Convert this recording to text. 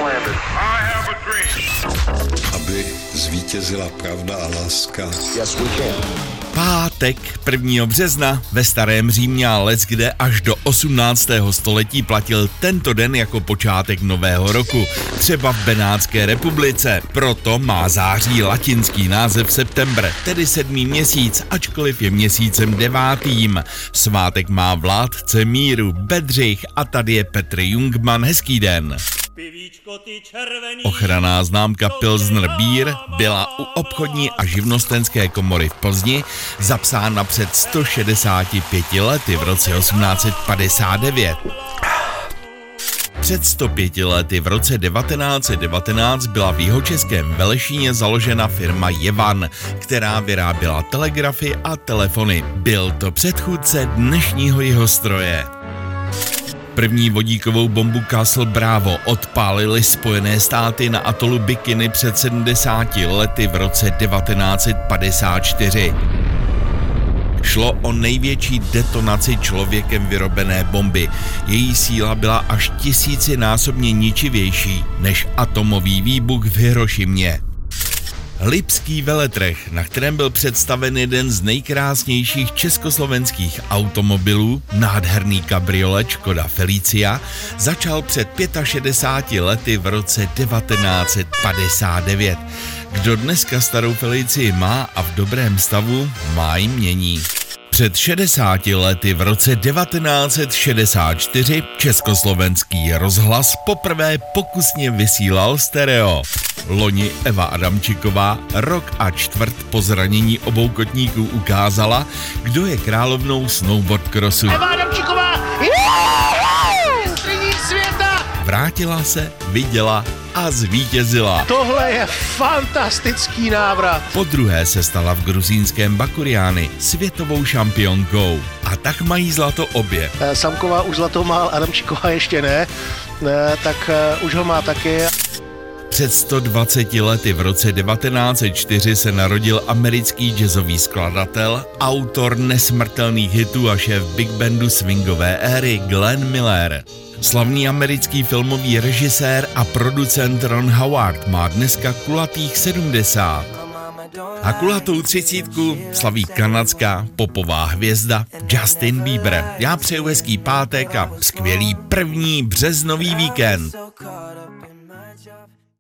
Aby zvítězila pravda a láska. Yes, we can. Pátek 1. března ve Starém Římě a leckde až do 18. století platil tento den jako počátek nového roku, třeba v Benátské republice. Proto má září latinský název septembr, tedy 7. měsíc, ačkoliv je měsícem 9. Svátek má vládce míru Bedřich a tady je Petr Jungmann. Hezký den. Ochranná známka Pilsner Beer byla u obchodní a živnostenské komory v Plzni zapsána před 165 lety v roce 1859. Před 105 lety v roce 1919 byla v jihočeském Velešíně založena firma Jevan, která vyráběla telegrafy a telefony. Byl to předchůdce dnešního jihostroje. První vodíkovou bombu Castle Bravo odpálily Spojené státy na atolu Bikini před 70 lety v roce 1954. Šlo o největší detonaci člověkem vyrobené bomby. Její síla byla až 1000násobně ničivější než atomový výbuch v Hirošimě. Lipský veletrh, na kterém byl představen jeden z nejkrásnějších československých automobilů, nádherný kabriolet Škoda Felicia, začal před 65 lety v roce 1959. Kdo dneska starou Felicii má a v dobrém stavu, má ji mění. Před 60 lety v roce 1964 československý rozhlas poprvé pokusně vysílal stereo. Loni Eva Adamčiková rok a čtvrt po zranění obou kotníků ukázala, kdo je královnou snowboard crossu. Eva Adamčiková! Mistrní světa! Vrátila se, viděla a zvítězila. Tohle je fantastický návrat. Podruhé se stala v gruzínském Bakuriáni světovou šampionkou. A tak mají zlato obě. Samková už zlato má, Adamčiková ještě ne, tak už ho má taky. Před 120 lety v roce 1904 se narodil americký jazzový skladatel, autor nesmrtelných hitů a šéf big bandu swingové éry Glenn Miller. Slavný americký filmový režisér a producent Ron Howard má dneska kulatých 70. A kulatou 30 slaví kanadská popová hvězda Justin Bieber. Já přeju hezký pátek a skvělý 1. březnový víkend.